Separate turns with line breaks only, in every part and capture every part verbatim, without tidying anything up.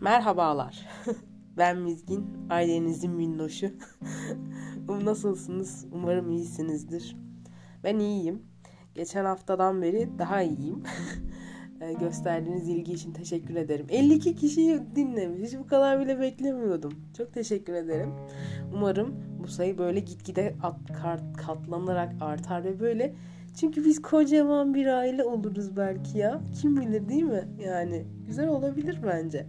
Merhabalar. Ben Mizgin, ailenizin minnoşu. Nasılsınız? Umarım iyisinizdir. Ben iyiyim. Geçen haftadan beri daha iyiyim. Gösterdiğiniz ilgi için teşekkür ederim. elli iki kişiyi dinlemiş. Hiç bu kadar bile beklemiyordum. Çok teşekkür ederim. Umarım bu sayı böyle gitgide at, katlanarak artar ve böyle. Çünkü biz kocaman bir aile oluruz belki ya. Kim bilir, değil mi? Yani güzel olabilir bence.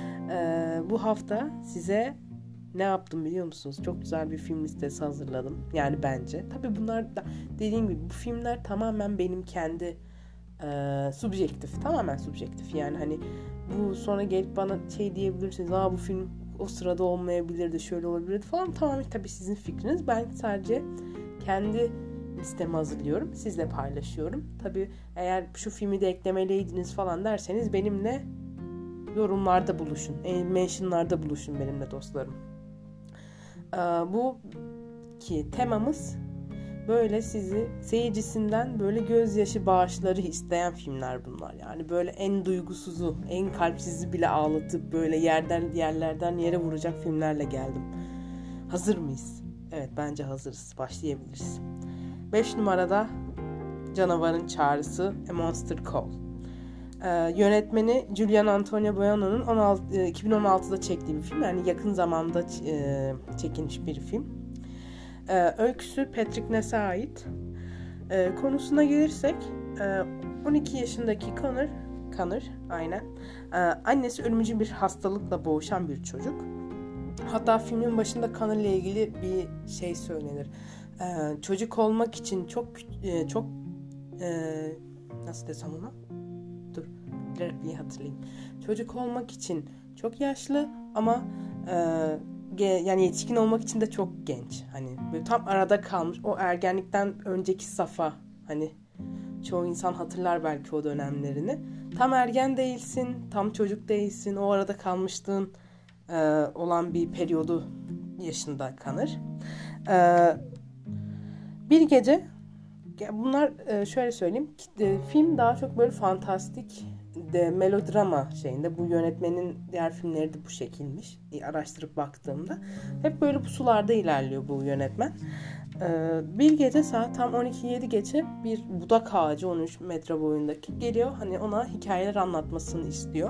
Ee, bu hafta size ne yaptım biliyor musunuz? Çok güzel bir film listesi hazırladım. Yani bence. Tabii bunlar da dediğim gibi bu filmler tamamen benim kendi e, subjektif. Tamamen subjektif. Yani hani bu sonra gelip bana şey diyebilirsiniz. Aa bu film o sırada olmayabilirdi, şöyle olabilirdi falan. Tamamen tabii sizin fikriniz. Ben sadece kendi listemi hazırlıyorum. Sizle paylaşıyorum. Tabii eğer şu filmi de eklemeliydiniz falan derseniz benimle yorumlarda buluşun. Mentionlarda buluşun benimle dostlarım. Ee, bu ki temamız böyle sizi seyircisinden böyle gözyaşı bağışları isteyen filmler bunlar. Yani böyle en duygusuzu, en kalpsizi bile ağlatıp böyle yerden yerlerden yere vuracak filmlerle geldim. Hazır mıyız? Evet, bence hazırız. Başlayabiliriz. beş numarada Canavarın Çağrısı, A Monster Call. Ee, yönetmeni Julian Antonio Buono'nun on altı, iki bin on altıda çektiği bir film. Yani yakın zamanda e, çekilmiş bir film. Ee, öyküsü Patrick Ness'e ait. Ee, konusuna gelirsek e, on iki yaşındaki Connor, Connor aynen. Ee, annesi ölümcül bir hastalıkla boğuşan bir çocuk. Hatta filmin başında Connor ile ilgili bir şey söylenir. Ee, çocuk olmak için çok e, çok e, nasıl desem ona? Dur, bir hatırlayayım. Çocuk olmak için çok yaşlı ama e, yani yetişkin olmak için de çok genç. Hani böyle tam arada kalmış. O ergenlikten önceki safa. Hani çoğu insan hatırlar belki o dönemlerini. Tam ergen değilsin, tam çocuk değilsin. O arada kalmışlığın e, olan bir periyodu yaşında kanır. E, bir gece bunlar şöyle söyleyeyim. Film daha çok böyle fantastik de melodrama şeyinde. Bu yönetmenin diğer filmleri de bu şekilmiş. Araştırıp baktığımda. Hep böyle pusularda ilerliyor bu yönetmen. Bir gece saat tam on iki yedi geçe bir budak ağacı on üç metre boyundaki geliyor. Hani ona hikayeler anlatmasını istiyor.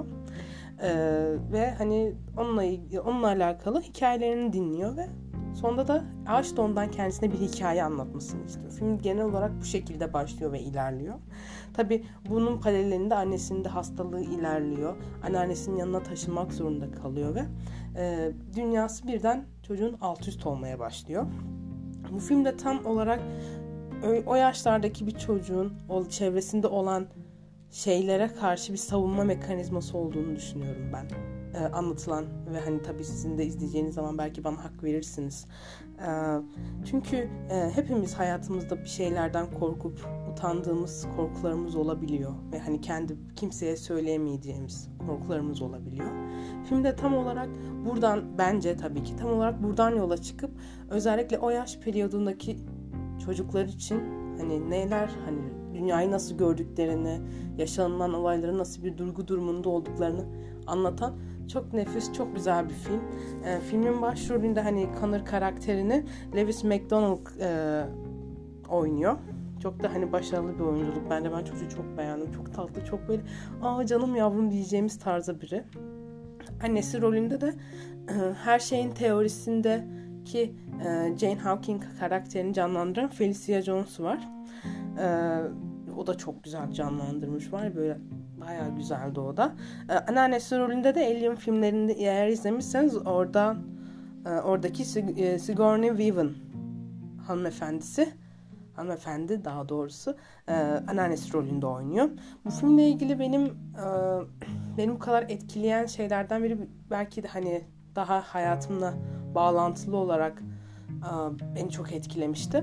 Ve hani onunla onunla alakalı hikayelerini dinliyor ve sonunda da ağaç da ondan kendisine bir hikaye anlatmasını istiyor. Film genel olarak bu şekilde başlıyor ve ilerliyor. Tabii bunun paralelinde annesinin de hastalığı ilerliyor. Anneannesinin yanına taşınmak zorunda kalıyor ve e, dünyası birden çocuğun alt üst olmaya başlıyor. Bu filmde tam olarak o, o yaşlardaki bir çocuğun o çevresinde olan şeylere karşı bir savunma mekanizması olduğunu düşünüyorum ben. Ee, anlatılan ve hani tabii sizin de izleyeceğiniz zaman belki bana hak verirsiniz. Ee, çünkü e, hepimiz hayatımızda bir şeylerden korkup utandığımız korkularımız olabiliyor ve hani kendi kimseye söyleyemeyeceğimiz korkularımız olabiliyor. Filmde tam olarak buradan bence tabii ki tam olarak buradan yola çıkıp özellikle o yaş periyodundaki çocuklar için hani neler hani dünyayı nasıl gördüklerini, yaşanılan olayların nasıl bir duygu durumunda olduklarını anlatan çok nefis, çok güzel bir film. E, filmin başrolünde hani Connor karakterini Lewis McDonald e, oynuyor. Çok da hani başarılı bir oyunculuk. Bence ben çocuğu çok beğendim. Çok tatlı, çok böyle aa canım yavrum diyeceğimiz tarzda biri. Annesi rolünde de e, her şeyin teorisindeki e, Jane Hawking karakterini canlandıran Felicia Jones var. E, o da çok güzel canlandırmış var. Böyle bayağı güzeldi o da. Ee, anneannesi rolünde de Alien filmlerinde eğer izlemişseniz oradan e, oradaki Sig- e, Sigourney Weaver hanımefendisi hanımefendi daha doğrusu e, anneannesi rolünde oynuyor. Bu filmle ilgili benim e, benim bu kadar etkileyen şeylerden biri belki de hani daha hayatımla bağlantılı olarak e, beni çok etkilemişti.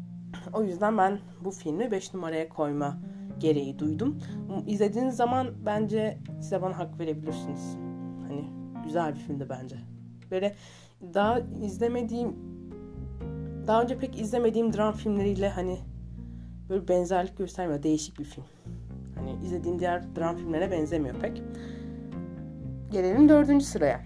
O yüzden ben bu filmi beş numaraya koyma gereği duydum. İzlediğiniz zaman bence size bana hak verebilirsiniz. Hani güzel bir filmdi bence. Böyle daha izlemediğim, daha önce pek izlemediğim dram filmleriyle hani böyle benzerlik göstermiyor. Değişik bir film. Hani izlediğim diğer dram filmlerine benzemiyor pek. gelelim dördüncü sıraya.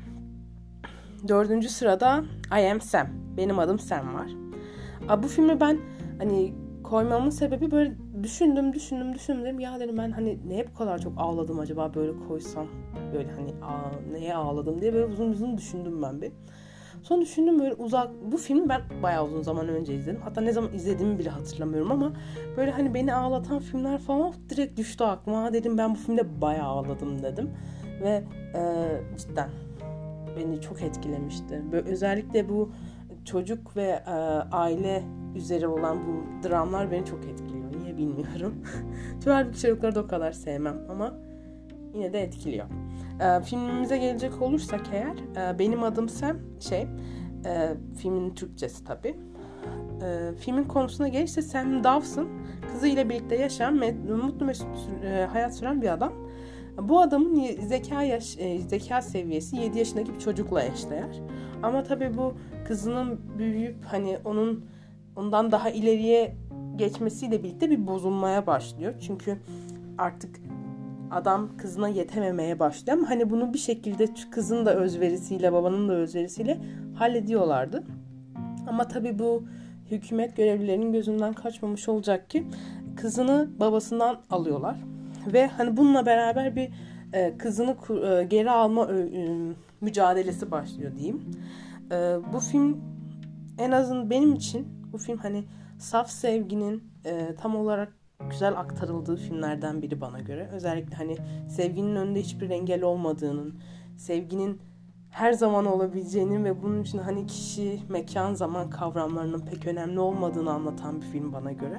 Dördüncü sırada I Am Sam. Benim adım Sam var. Aa, bu filmi ben hani koymamın sebebi böyle düşündüm düşündüm düşündüm. Ya dedim ben hani neye bu kadar çok ağladım acaba böyle koysam. Böyle hani aa, neye ağladım diye böyle uzun uzun düşündüm ben bir. Sonra düşündüm böyle uzak. Bu filmi ben bayağı uzun zaman önce izledim. Hatta ne zaman izlediğimi bile hatırlamıyorum ama böyle hani beni ağlatan filmler falan direkt düştü aklıma. Dedim ben bu filmde bayağı ağladım dedim. Ve e, cidden beni çok etkilemişti. Böyle özellikle bu çocuk ve e, aile üzeri olan bu dramlar beni çok etkiliyor. Niye bilmiyorum. Çünkü halbuki çocukları da o kadar sevmem ama yine de etkiliyor. E, filmimize gelecek olursak eğer e, benim adım Sam şey e, filmin Türkçesi tabii. E, filmin konusuna gelirse Sam Dawson kızıyla birlikte yaşayan mutlu mesut e, hayat süren bir adam. Bu adamın zeka yaş, zeka seviyesi yedi yaşındaki bir çocukla eşdeğer. Ama tabii bu kızının büyüyüp hani onun ondan daha ileriye geçmesiyle birlikte bir bozulmaya başlıyor. Çünkü artık adam kızına yetememeye başlıyor ama hani bunu bir şekilde kızın da özverisiyle, babanın da özverisiyle hallediyorlardı. Ama tabii bu hükümet görevlilerinin gözünden kaçmamış olacak ki kızını babasından alıyorlar. Ve hani bununla beraber bir e, kızını e, geri alma e, mücadelesi başlıyor diyeyim. E, bu film en azından benim için bu film hani saf sevginin e, tam olarak güzel aktarıldığı filmlerden biri bana göre. Özellikle hani sevginin önünde hiçbir engel olmadığının, sevginin her zaman olabileceğinin ve bunun için hani kişi, mekan, zaman kavramlarının pek önemli olmadığını anlatan bir film bana göre.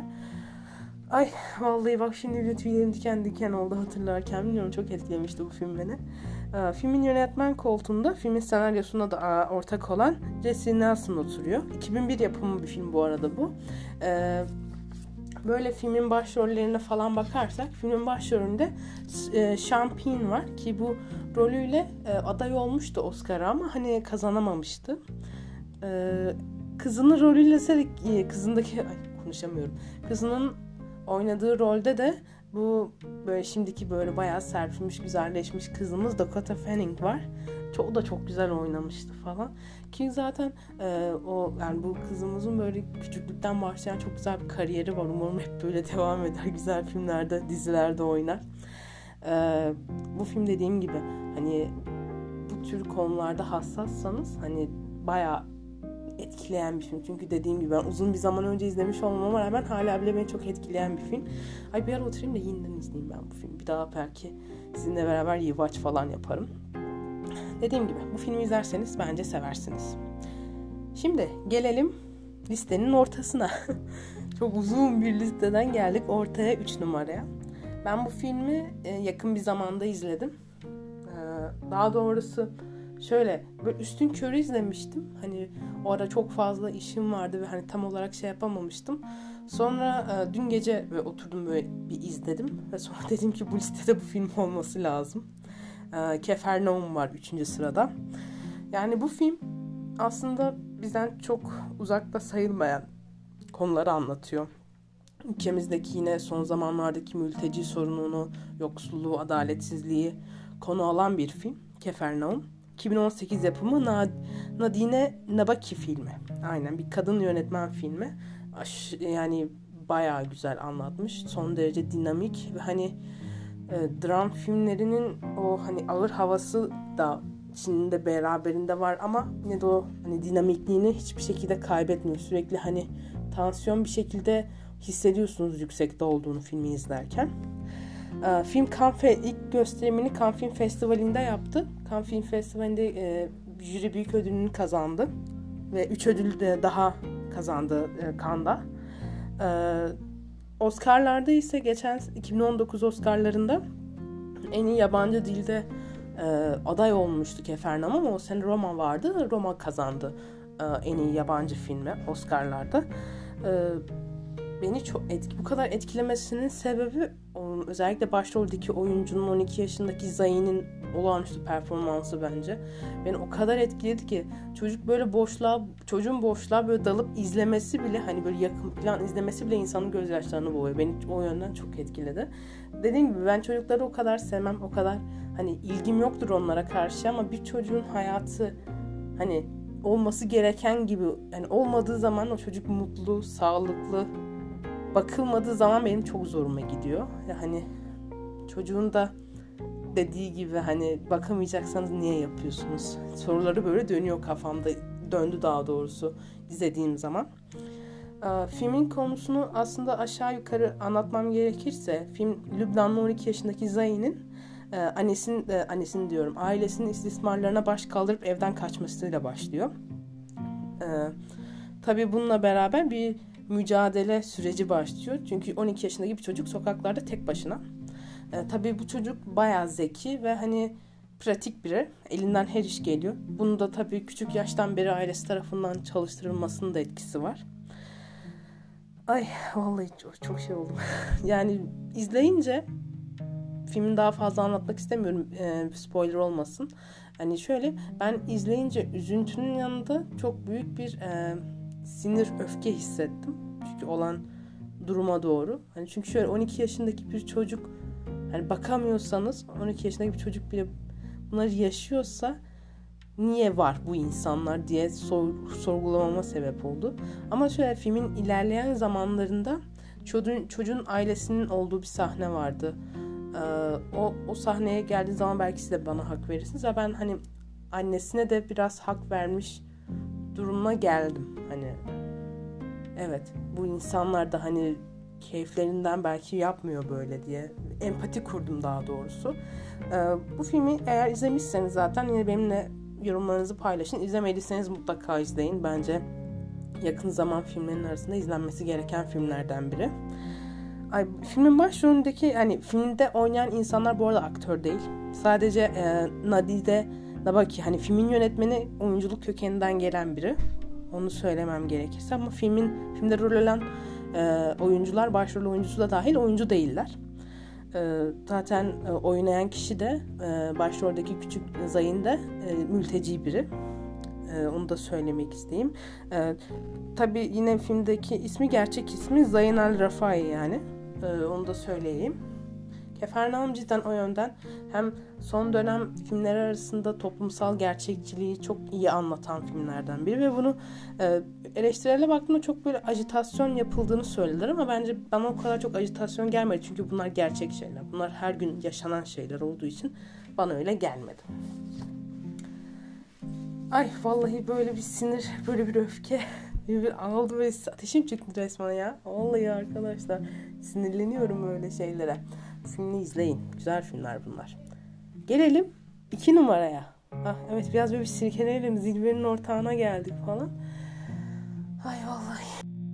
Ay vallahi bak şimdi bile tüylerim diken diken oldu hatırlarken, bilmiyorum, çok etkilemişti bu film beni. Ee, filmin yönetmen koltuğunda filmin senaryosuna da a, ortak olan Jesse Nelson oturuyor. iki bin bir yapımı bir film bu arada bu. Ee, böyle filmin başrollerine falan bakarsak filmin başrolünde e, Sean Penn var ki bu rolüyle e, aday olmuştu Oscar'a ama hani kazanamamıştı. Ee, kızının rolüyle e, kızındaki ay konuşamıyorum. Kızının oynadığı rolde de bu böyle şimdiki böyle bayağı serpilmiş, güzelleşmiş kızımız Dakota Fanning var. Çok da çok güzel oynamıştı falan. Ki zaten e, o yani bu kızımızın böyle küçüklükten başlayan çok güzel bir kariyeri var. Umarım hep böyle devam eder. Güzel filmlerde, dizilerde oynar. E, bu film dediğim gibi hani bu tür konularda hassassanız hani bayağı etkileyen bir film. Çünkü dediğim gibi ben uzun bir zaman önce izlemiş olmama rağmen hala bile beni çok etkileyen bir film. Ay bir ara oturayım da yeniden izleyeyim ben bu filmi. Bir daha belki sizinle beraber rewatch falan yaparım. Dediğim gibi bu filmi izlerseniz bence seversiniz. Şimdi gelelim listenin ortasına. Çok uzun bir listeden geldik ortaya üç numaraya. Ben bu filmi yakın bir zamanda izledim. Daha doğrusu şöyle böyle üstünkörü izlemiştim. Hani o ara çok fazla işim vardı ve hani tam olarak şey yapamamıştım. Sonra e, dün gece böyle oturdum böyle bir izledim ve sonra dedim ki bu listede bu film olması lazım. E, Kafernaum var üçüncü sırada. Yani bu film aslında bizden çok uzakta sayılmayan konuları anlatıyor. Ülkemizdeki yine son zamanlardaki mülteci sorununu, yoksulluğu, adaletsizliği konu alan bir film. Kafernaum. iki bin on sekiz yapımı Nadine Nabaki filmi. Aynen bir kadın yönetmen filmi. Yani bayağı güzel anlatmış. Son derece dinamik ve hani e, dram filmlerinin o hani ağır havası da içinde beraberinde var ama yine de o hani dinamikliğini hiçbir şekilde kaybetmiyor. Sürekli hani tansiyon bir şekilde hissediyorsunuz yüksekte olduğunu filmi izlerken. E, film Cannes ilk gösterimini Cannes Film Festivali'nde yaptı. Cannes Film Festivali'nde e, jüri büyük ödülünü kazandı ve üç ödül de daha kazandı e, Cannes'da. E, Oscar'larda ise geçen iki bin on dokuz Oscar'larında en iyi yabancı dilde e, aday olmuştu Kafernaum ama o sene Roma vardı. Roma kazandı e, en iyi yabancı filme Oscar'larda. E, beni çok etki, bu kadar etkilemesinin sebebi özellikle başroldeki oyuncunun on iki yaşındaki Zayn'in olağanüstü performansı bence. Beni o kadar etkiledi ki çocuk böyle boşluğa, çocuğun boşluğa böyle dalıp izlemesi bile, hani böyle yakın plan izlemesi bile insanın gözyaşlarını boğuyor. Beni o yönden çok etkiledi. Dediğim gibi ben çocukları o kadar sevmem, o kadar hani ilgim yoktur onlara karşı, ama bir çocuğun hayatı hani olması gereken gibi, yani olmadığı zaman o çocuk mutlu, sağlıklı, bakılmadığı zaman benim çok zoruma gidiyor. Yani çocuğun da dediği gibi hani bakamayacaksanız niye yapıyorsunuz? Soruları böyle dönüyor kafamda, döndü daha doğrusu izlediğim zaman. Ee, filmin konusunu aslında aşağı yukarı anlatmam gerekirse, film Lübnanlı on iki yaşındaki Zayn'in e, annesinin, e, annesinin diyorum ailesinin istismarlarına baş kaldırıp evden kaçmasıyla başlıyor. Ee, tabii bununla beraber bir mücadele süreci başlıyor. Çünkü on iki yaşındaki bir çocuk sokaklarda tek başına. Ee, tabii bu çocuk bayağı zeki ve hani pratik biri. Elinden her iş geliyor. Bunu da tabii küçük yaştan beri ailesi tarafından çalıştırılmasının da etkisi var. Ay vallahi çok, çok şey oldum. Yani izleyince filmin daha fazla anlatmak istemiyorum. E, spoiler olmasın. Hani şöyle, ben izleyince üzüntünün yanında çok büyük bir e, sinir, öfke hissettim. Çünkü olan duruma doğru. Hani çünkü şöyle, on iki yaşındaki bir çocuk, hani bakamıyorsanız on iki yaşındaki bir çocuk bile bunları yaşıyorsa niye var bu insanlar diye sor, sorgulamama sebep oldu. Ama şöyle, filmin ilerleyen zamanlarında çocuğun, çocuğun ailesinin olduğu bir sahne vardı. Ee, o, o sahneye geldiği zaman belki siz de bana hak verirsiniz. Ve ben hani annesine de biraz hak vermiş durumuna geldim. Hani evet, bu insanlar da hani keyiflerinden belki yapmıyor böyle diye empati kurdum daha doğrusu. Ee, bu filmi eğer izlemişseniz zaten yine benimle yorumlarınızı paylaşın. İzlemediyseniz mutlaka izleyin. Bence yakın zaman filmlerinin arasında izlenmesi gereken filmlerden biri. Ay, filmin başrolündeki, hani filmde oynayan insanlar bu arada aktör değil. Sadece e, Nadide Nabaki, hani filmin yönetmeni oyunculuk kökeninden gelen biri. Onu söylemem gerekirse, ama filmin filmde rol alan e, oyuncular, başrol oyuncusu da dahil oyuncu değiller. E, zaten e, oynayan kişi de e, başroldeki küçük Zayn de e, mülteci biri. E, onu da söylemek isteyeyim. E, tabii yine filmdeki ismi, gerçek ismi Zayn al-Rafai yani. E, onu da söyleyeyim. Kefernaum cidden o yönden hem son dönem filmleri arasında toplumsal gerçekçiliği çok iyi anlatan filmlerden biri ve bunu e, eleştirele baktığımda çok böyle ajitasyon yapıldığını söylediler, ama bence bana o kadar çok ajitasyon gelmedi, çünkü bunlar gerçek şeyler. Bunlar her gün yaşanan şeyler olduğu için bana öyle gelmedi. Ay vallahi böyle bir sinir, böyle bir öfke, bir aldı ve ateşim çıktı resmen ya. Vallahi arkadaşlar, sinirleniyorum öyle şeylere. Filmini izleyin. Güzel filmler bunlar. Gelelim iki numaraya. Ah, evet, biraz böyle bir sirkeleyelim. Zilber'in ortağına geldik falan. Ay vallahi.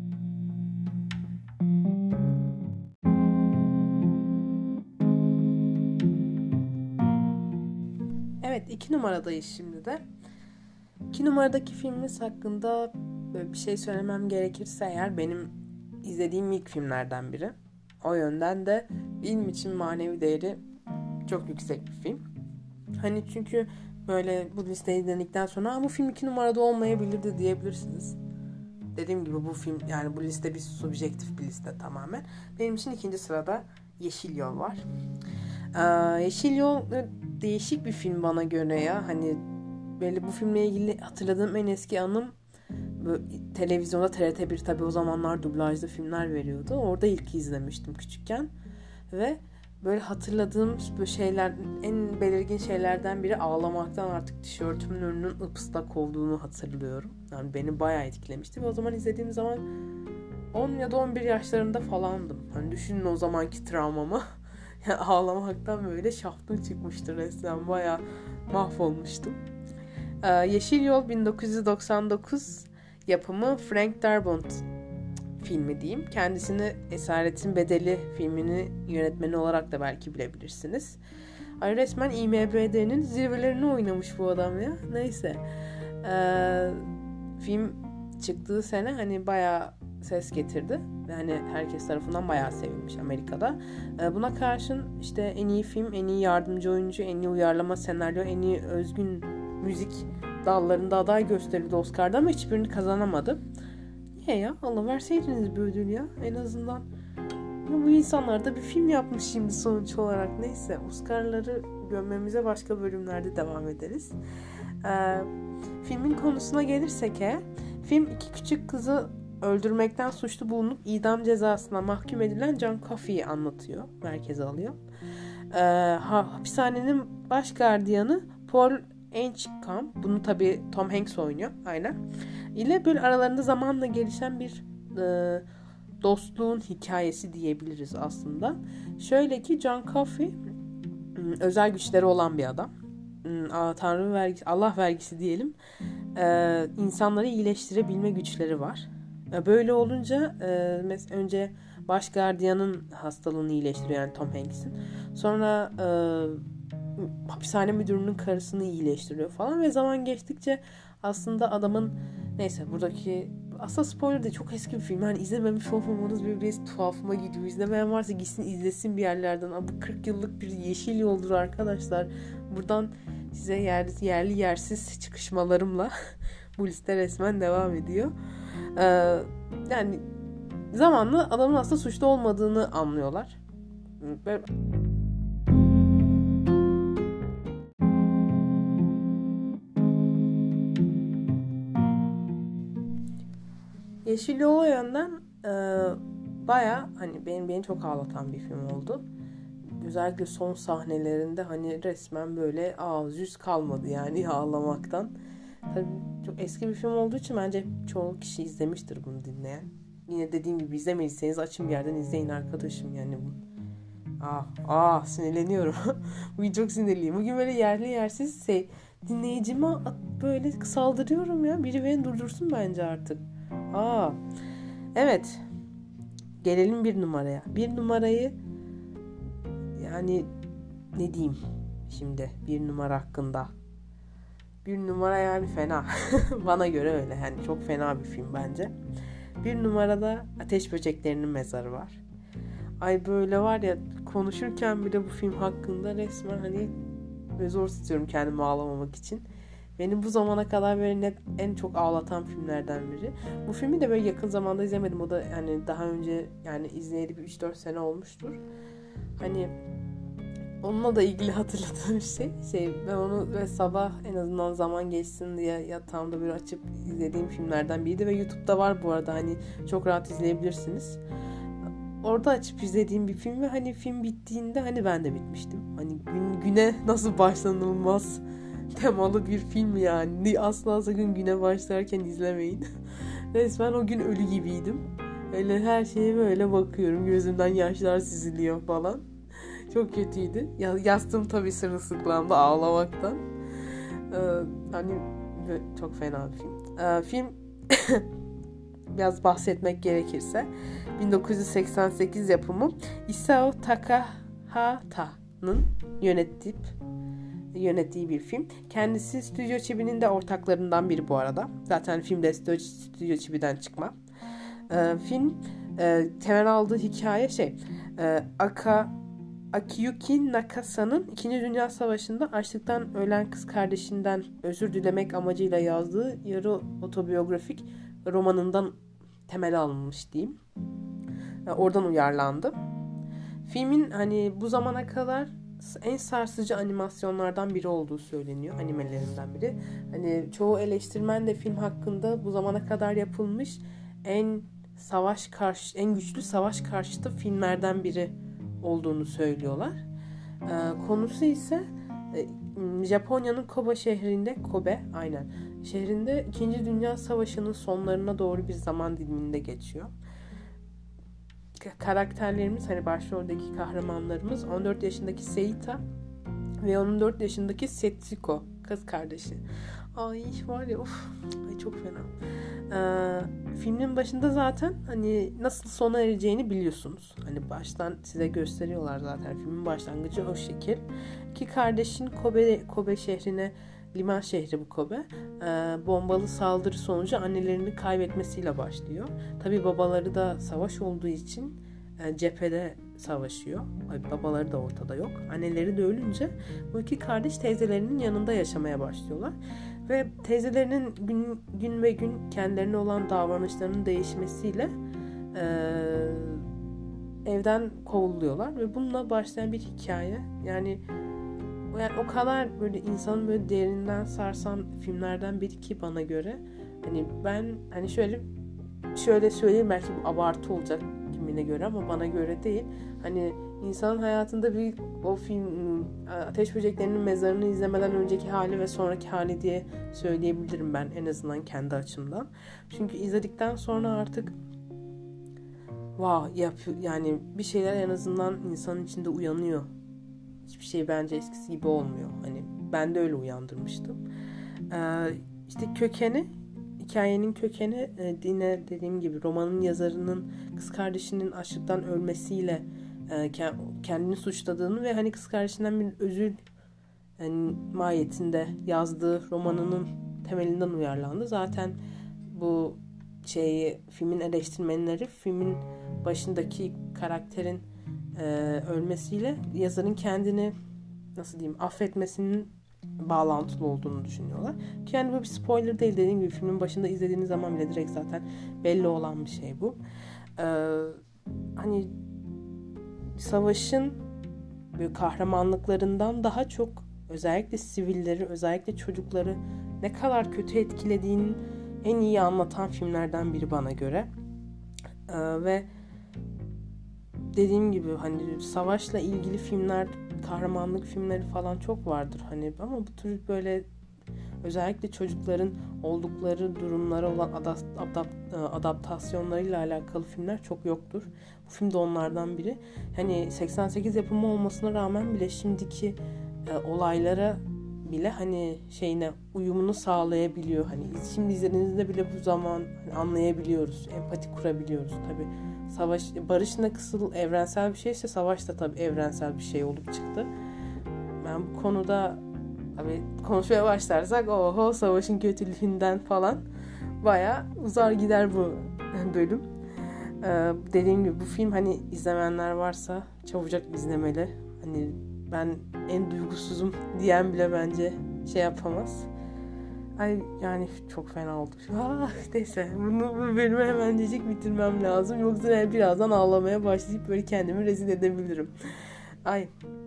Evet, iki numaradayız şimdi de. İki numaradaki filmimiz hakkında böyle bir şey söylemem gerekirse eğer, benim izlediğim ilk filmlerden biri. O yönden de benim için manevi değeri çok yüksek bir film. Hani çünkü böyle bu listeyi dinledikten sonra bu film iki numarada olmayabilirdi diyebilirsiniz. Dediğim gibi bu film, yani bu liste bir subjektif bir liste tamamen. Benim için ikinci sırada Yeşil Yol var. Ee, Yeşil Yol değişik bir film bana göre ya. Hani böyle bu filmle ilgili hatırladığım en eski anım, böyle televizyonda T R T bir tabii o zamanlar dublajlı filmler veriyordu. Orada ilk izlemiştim küçükken. Ve böyle hatırladığım böyle şeyler, en belirgin şeylerden biri ağlamaktan artık tişörtümün önünün ıpıslak olduğunu hatırlıyorum. Yani beni bayağı etkilemişti. Ve o zaman izlediğim zaman on ya da on bir yaşlarında falandım. Hani düşünün o zamanki travmamı. Yani ağlamaktan böyle şaftım çıkmıştı resmen. Bayağı mahvolmuştum. Ee, Yeşil Yol bin dokuz yüz doksan dokuz yapımı Frank Darabont filmi diyeyim. Kendisini Esaretin Bedeli filminin yönetmeni olarak da belki bilebilirsiniz. Ay, resmen I M D B'nin zirvelerini oynamış bu adam ya. Neyse. Ee, film çıktığı sene hani bayağı ses getirdi. Yani herkes tarafından bayağı sevilmiş Amerika'da. Buna karşın işte en iyi film, en iyi yardımcı oyuncu, en iyi uyarlama senaryo, en iyi özgün müzik dallarında aday gösterildi Oscar'da ama hiçbirini kazanamadı. Niye ya? Allah verseydiniz bir ödül ya. En azından bu insanlar da bir film yapmış şimdi sonuç olarak. Neyse, Oscar'ları gömmemize başka bölümlerde devam ederiz. Ee, filmin konusuna gelirsek eğer, film iki küçük kızı öldürmekten suçlu bulunup idam cezasına mahkum edilen John Coffey'i anlatıyor. Merkeze alıyor. Ee, hapishanenin baş gardiyanı Paul Edgecombe. Bunu tabii Tom Hanks oynuyor. Aynen. İle böyle aralarında zamanla gelişen bir e, dostluğun hikayesi diyebiliriz aslında. Şöyle ki John Coffey özel güçleri olan bir adam. Tanrı vergisi, Allah vergisi diyelim. Ee, insanları iyileştirebilme güçleri var. Böyle olunca e, mes- önce baş gardiyanın hastalığını iyileştiriyor, yani Tom Hanks'in. Sonra e, hapishane müdürünün karısını iyileştiriyor falan ve zaman geçtikçe aslında adamın, neyse buradaki aslında spoiler de, çok eski bir film. Yani izlememiş olmamanız bir biraz tuhafıma gidiyor. İzlemeyen varsa gitsin izlesin bir yerlerden. Bu kırk yıllık bir yeşil yoldur arkadaşlar. Buradan size yerli, yerli yersiz çıkışmalarımla bu liste resmen devam ediyor. Ee, yani zamanla adamın aslında suçlu olmadığını anlıyorlar. Böyle... Yeşil Yol o yönden e, baya hani beni, beni çok ağlatan bir film oldu. Özellikle son sahnelerinde hani resmen böyle ağız yüz kalmadı yani ağlamaktan. Tabii çok eski bir film olduğu için bence çoğu kişi izlemiştir bunu dinleyen. Yine dediğim gibi izlemediyseniz açın bir yerden izleyin arkadaşım yani bu. Ah, ah sinirleniyorum. Bugün çok sinirliyim. Bugün böyle yerli yersiz şey, dinleyicime böyle saldırıyorum ya. Biri beni durdursun bence artık. Aa, evet. Gelelim bir numaraya. Bir numarayı yani ne diyeyim şimdi bir numara hakkında. Bir numara yani fena. Bana göre öyle. Yani çok fena bir film bence. Bir numarada Ateş Böceklerinin Mezarı var. Ay böyle var ya, konuşurken bile bu film hakkında resmen hani zor tutuyorum kendimi ağlamamak için. Beni bu zamana kadar böyle net, en çok ağlatan filmlerden biri. Bu filmi de böyle yakın zamanda izlemedim. O da yani daha önce yani izleyeli bir üç dört sene olmuştur. Hani onunla da ilgili hatırladığım şey, şey ben onu ve sabah en azından zaman geçsin diye yatağımda böyle açıp izlediğim filmlerden biriydi ve YouTube'da var bu arada, hani çok rahat izleyebilirsiniz. Orada açıp izlediğim bir film ve hani film bittiğinde hani ben de bitmiştim. Hani gün, güne nasıl başlanılmaz temalı bir film yani. Asla sakın güne başlarken izlemeyin. Resmen o gün ölü gibiydim. Öyle her şeye böyle bakıyorum. Gözümden yaşlar süzülüyor falan. Çok kötüydü. Yastığım tabii sırılsıklamda ağlamaktan. Ee, hani çok fena bir film. Ee, film biraz bahsetmek gerekirse bin dokuz yüz seksen sekiz yapımı Isao Takahata'nın yönetip yönettiği bir film. Kendisi Stüdyo Chibi'nin de ortaklarından biri bu arada. Zaten film de Stüdyo Chibi'den çıkma. Ee, film e, temel aldığı hikaye şey e, Aka Akiyuki Nakasa'nın İkinci Dünya Savaşı'nda açlıktan ölen kız kardeşinden özür dilemek amacıyla yazdığı yarı otobiyografik romanından temel alınmış diyeyim. Yani oradan uyarlandı. Filmin hani bu zamana kadar en sarsıcı animasyonlardan biri olduğu söyleniyor. Animelerinden biri. Hani çoğu eleştirmen de film hakkında bu zamana kadar yapılmış en savaş karşı en güçlü savaş karşıtı filmlerden biri olduğunu söylüyorlar. Ee, konusu ise e, Japonya'nın Kobe şehrinde Kobe aynen şehrinde İkinci Dünya Savaşı'nın sonlarına doğru bir zaman diliminde geçiyor. Karakterlerimiz hani başroldeki kahramanlarımız on dört yaşındaki Seita ve on dört yaşındaki Setsuko kız kardeşi. Ay var ya of ay çok fena. Ee, filmin başında zaten hani nasıl sona ereceğini biliyorsunuz. Hani baştan size gösteriyorlar zaten. Filmin başlangıcı o şekil. İki kardeşin Kobe Kobe şehrine liman şehri bu Kobe. Ee, bombalı saldırı sonucu annelerini kaybetmesiyle başlıyor. Tabii babaları da savaş olduğu için e, cephede savaşıyor. Ay, babaları da ortada yok. Anneleri de ölünce bu iki kardeş teyzelerinin yanında yaşamaya başlıyorlar. Ve teyzelerinin gün, gün ve gün kendilerine olan davranışlarının değişmesiyle e, evden kovuluyorlar. Ve bununla başlayan bir hikaye. Yani Yani o kadar böyle insanın böyle derinden sarsan filmlerden biri ki bana göre. Hani ben hani şöyle şöyle söyleyeyim, belki bu abartı olacak kimine göre ama bana göre değil. Hani insanın hayatında bir o film Ateş Böceklerinin Mezarını izlemeden önceki hali ve sonraki hali diye söyleyebilirim ben, en azından kendi açımdan. Çünkü izledikten sonra artık wow, yap yani bir şeyler en azından insanın içinde uyanıyor. Hiçbir şey bence eskisi gibi olmuyor. Hani ben de öyle uyandırmıştım. Ee, işte kökeni, hikayenin kökeni e, yine dediğim gibi romanın yazarının kız kardeşinin açlıktan ölmesiyle e, kendini suçladığını ve hani kız kardeşinden bir özür yani, mahiyetinde yazdığı romanının temelinden uyarlandı. Zaten bu şeyi filmin eleştirmenleri filmin başındaki karakterin Ee, ölmesiyle yazarın kendini nasıl diyeyim affetmesinin bağlantılı olduğunu düşünüyorlar. Ki yani bu bir spoiler değil, dediğim gibi filmin başında izlediğiniz zaman bile direkt zaten belli olan bir şey bu. Ee, hani savaşın böyle kahramanlıklarından daha çok özellikle sivilleri, özellikle çocukları ne kadar kötü etkilediğinin en iyi anlatan filmlerden biri bana göre. Ee, ve dediğim gibi hani savaşla ilgili filmler, kahramanlık filmleri falan çok vardır hani, ama bu tür böyle özellikle çocukların oldukları durumlara olan adapt, adapt, adaptasyonlarıyla alakalı filmler çok yoktur. Bu film de onlardan biri. Hani seksen sekiz yapımı olmasına rağmen bile şimdiki e, olaylara bile hani şeyine uyumunu sağlayabiliyor. Hani şimdi izlediğinizde bile bu zaman hani anlayabiliyoruz, empati kurabiliyoruz. Tabii savaş, barış ne kısıl evrensel bir şeyse savaş da tabii evrensel bir şey olup çıktı. Ben bu konuda abi konuşmaya başlarsak oho savaşın kötülüğünden falan bayağı uzar gider bu bölüm. Ee, dediğim gibi bu film hani izlemeyenler varsa çabucak izlemeli. Hani ben en duygusuzum diyen bile bence şey yapamaz. Ay yani çok fena oldu. Ah, neyse bunu bu bölümü hemencecik bitirmem lazım. Yoksa yani birazdan ağlamaya başlayıp böyle kendimi rezil edebilirim. Ay.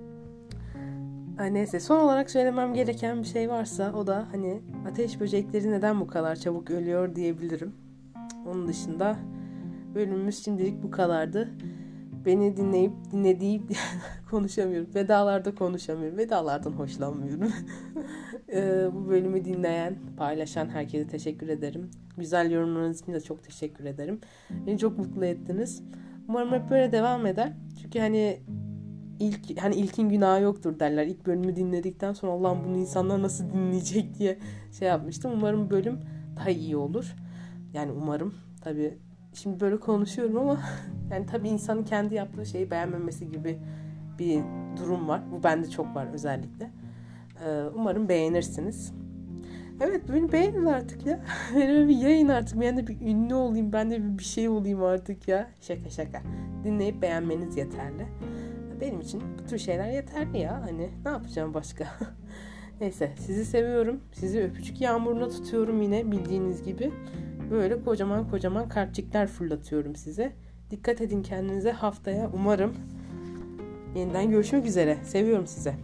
Ay neyse, son olarak söylemem gereken bir şey varsa o da hani ateş böcekleri neden bu kadar çabuk ölüyor diyebilirim. Onun dışında bölümümüz şimdilik bu kadardı. Beni dinleyip dinlediği konuşamıyorum. Vedalarda konuşamıyorum. Vedalardan hoşlanmıyorum. ee, bu bölümü dinleyen, paylaşan herkese teşekkür ederim. Güzel yorumlarınız için de çok teşekkür ederim. Beni çok mutlu ettiniz. Umarım hep böyle devam eder. Çünkü hani ilk hani ilkin günahı yoktur derler. İlk bölümü dinledikten sonra Allah'ım bunu insanlar nasıl dinleyecek diye şey yapmıştım. Umarım bölüm daha iyi olur. Yani umarım. Tabii şimdi böyle konuşuyorum ama yani tabii insanın kendi yaptığı şeyi beğenmemesi gibi bir durum var. Bu bende çok var özellikle. Ee, umarım beğenirsiniz. Evet, beni beğenin artık ya. Benim bir yayın artık. Ben de bir ünlü olayım. Ben de bir şey olayım artık ya. Şaka şaka. Dinleyip beğenmeniz yeterli. Benim için bu tür şeyler yeterli ya. Hani ne yapacağım başka? Neyse, sizi seviyorum. Sizi öpücük yağmuruna tutuyorum yine bildiğiniz gibi. Böyle kocaman kocaman kalpçikler fırlatıyorum size. Dikkat edin kendinize. Haftaya umarım yeniden görüşmek üzere. Seviyorum sizi.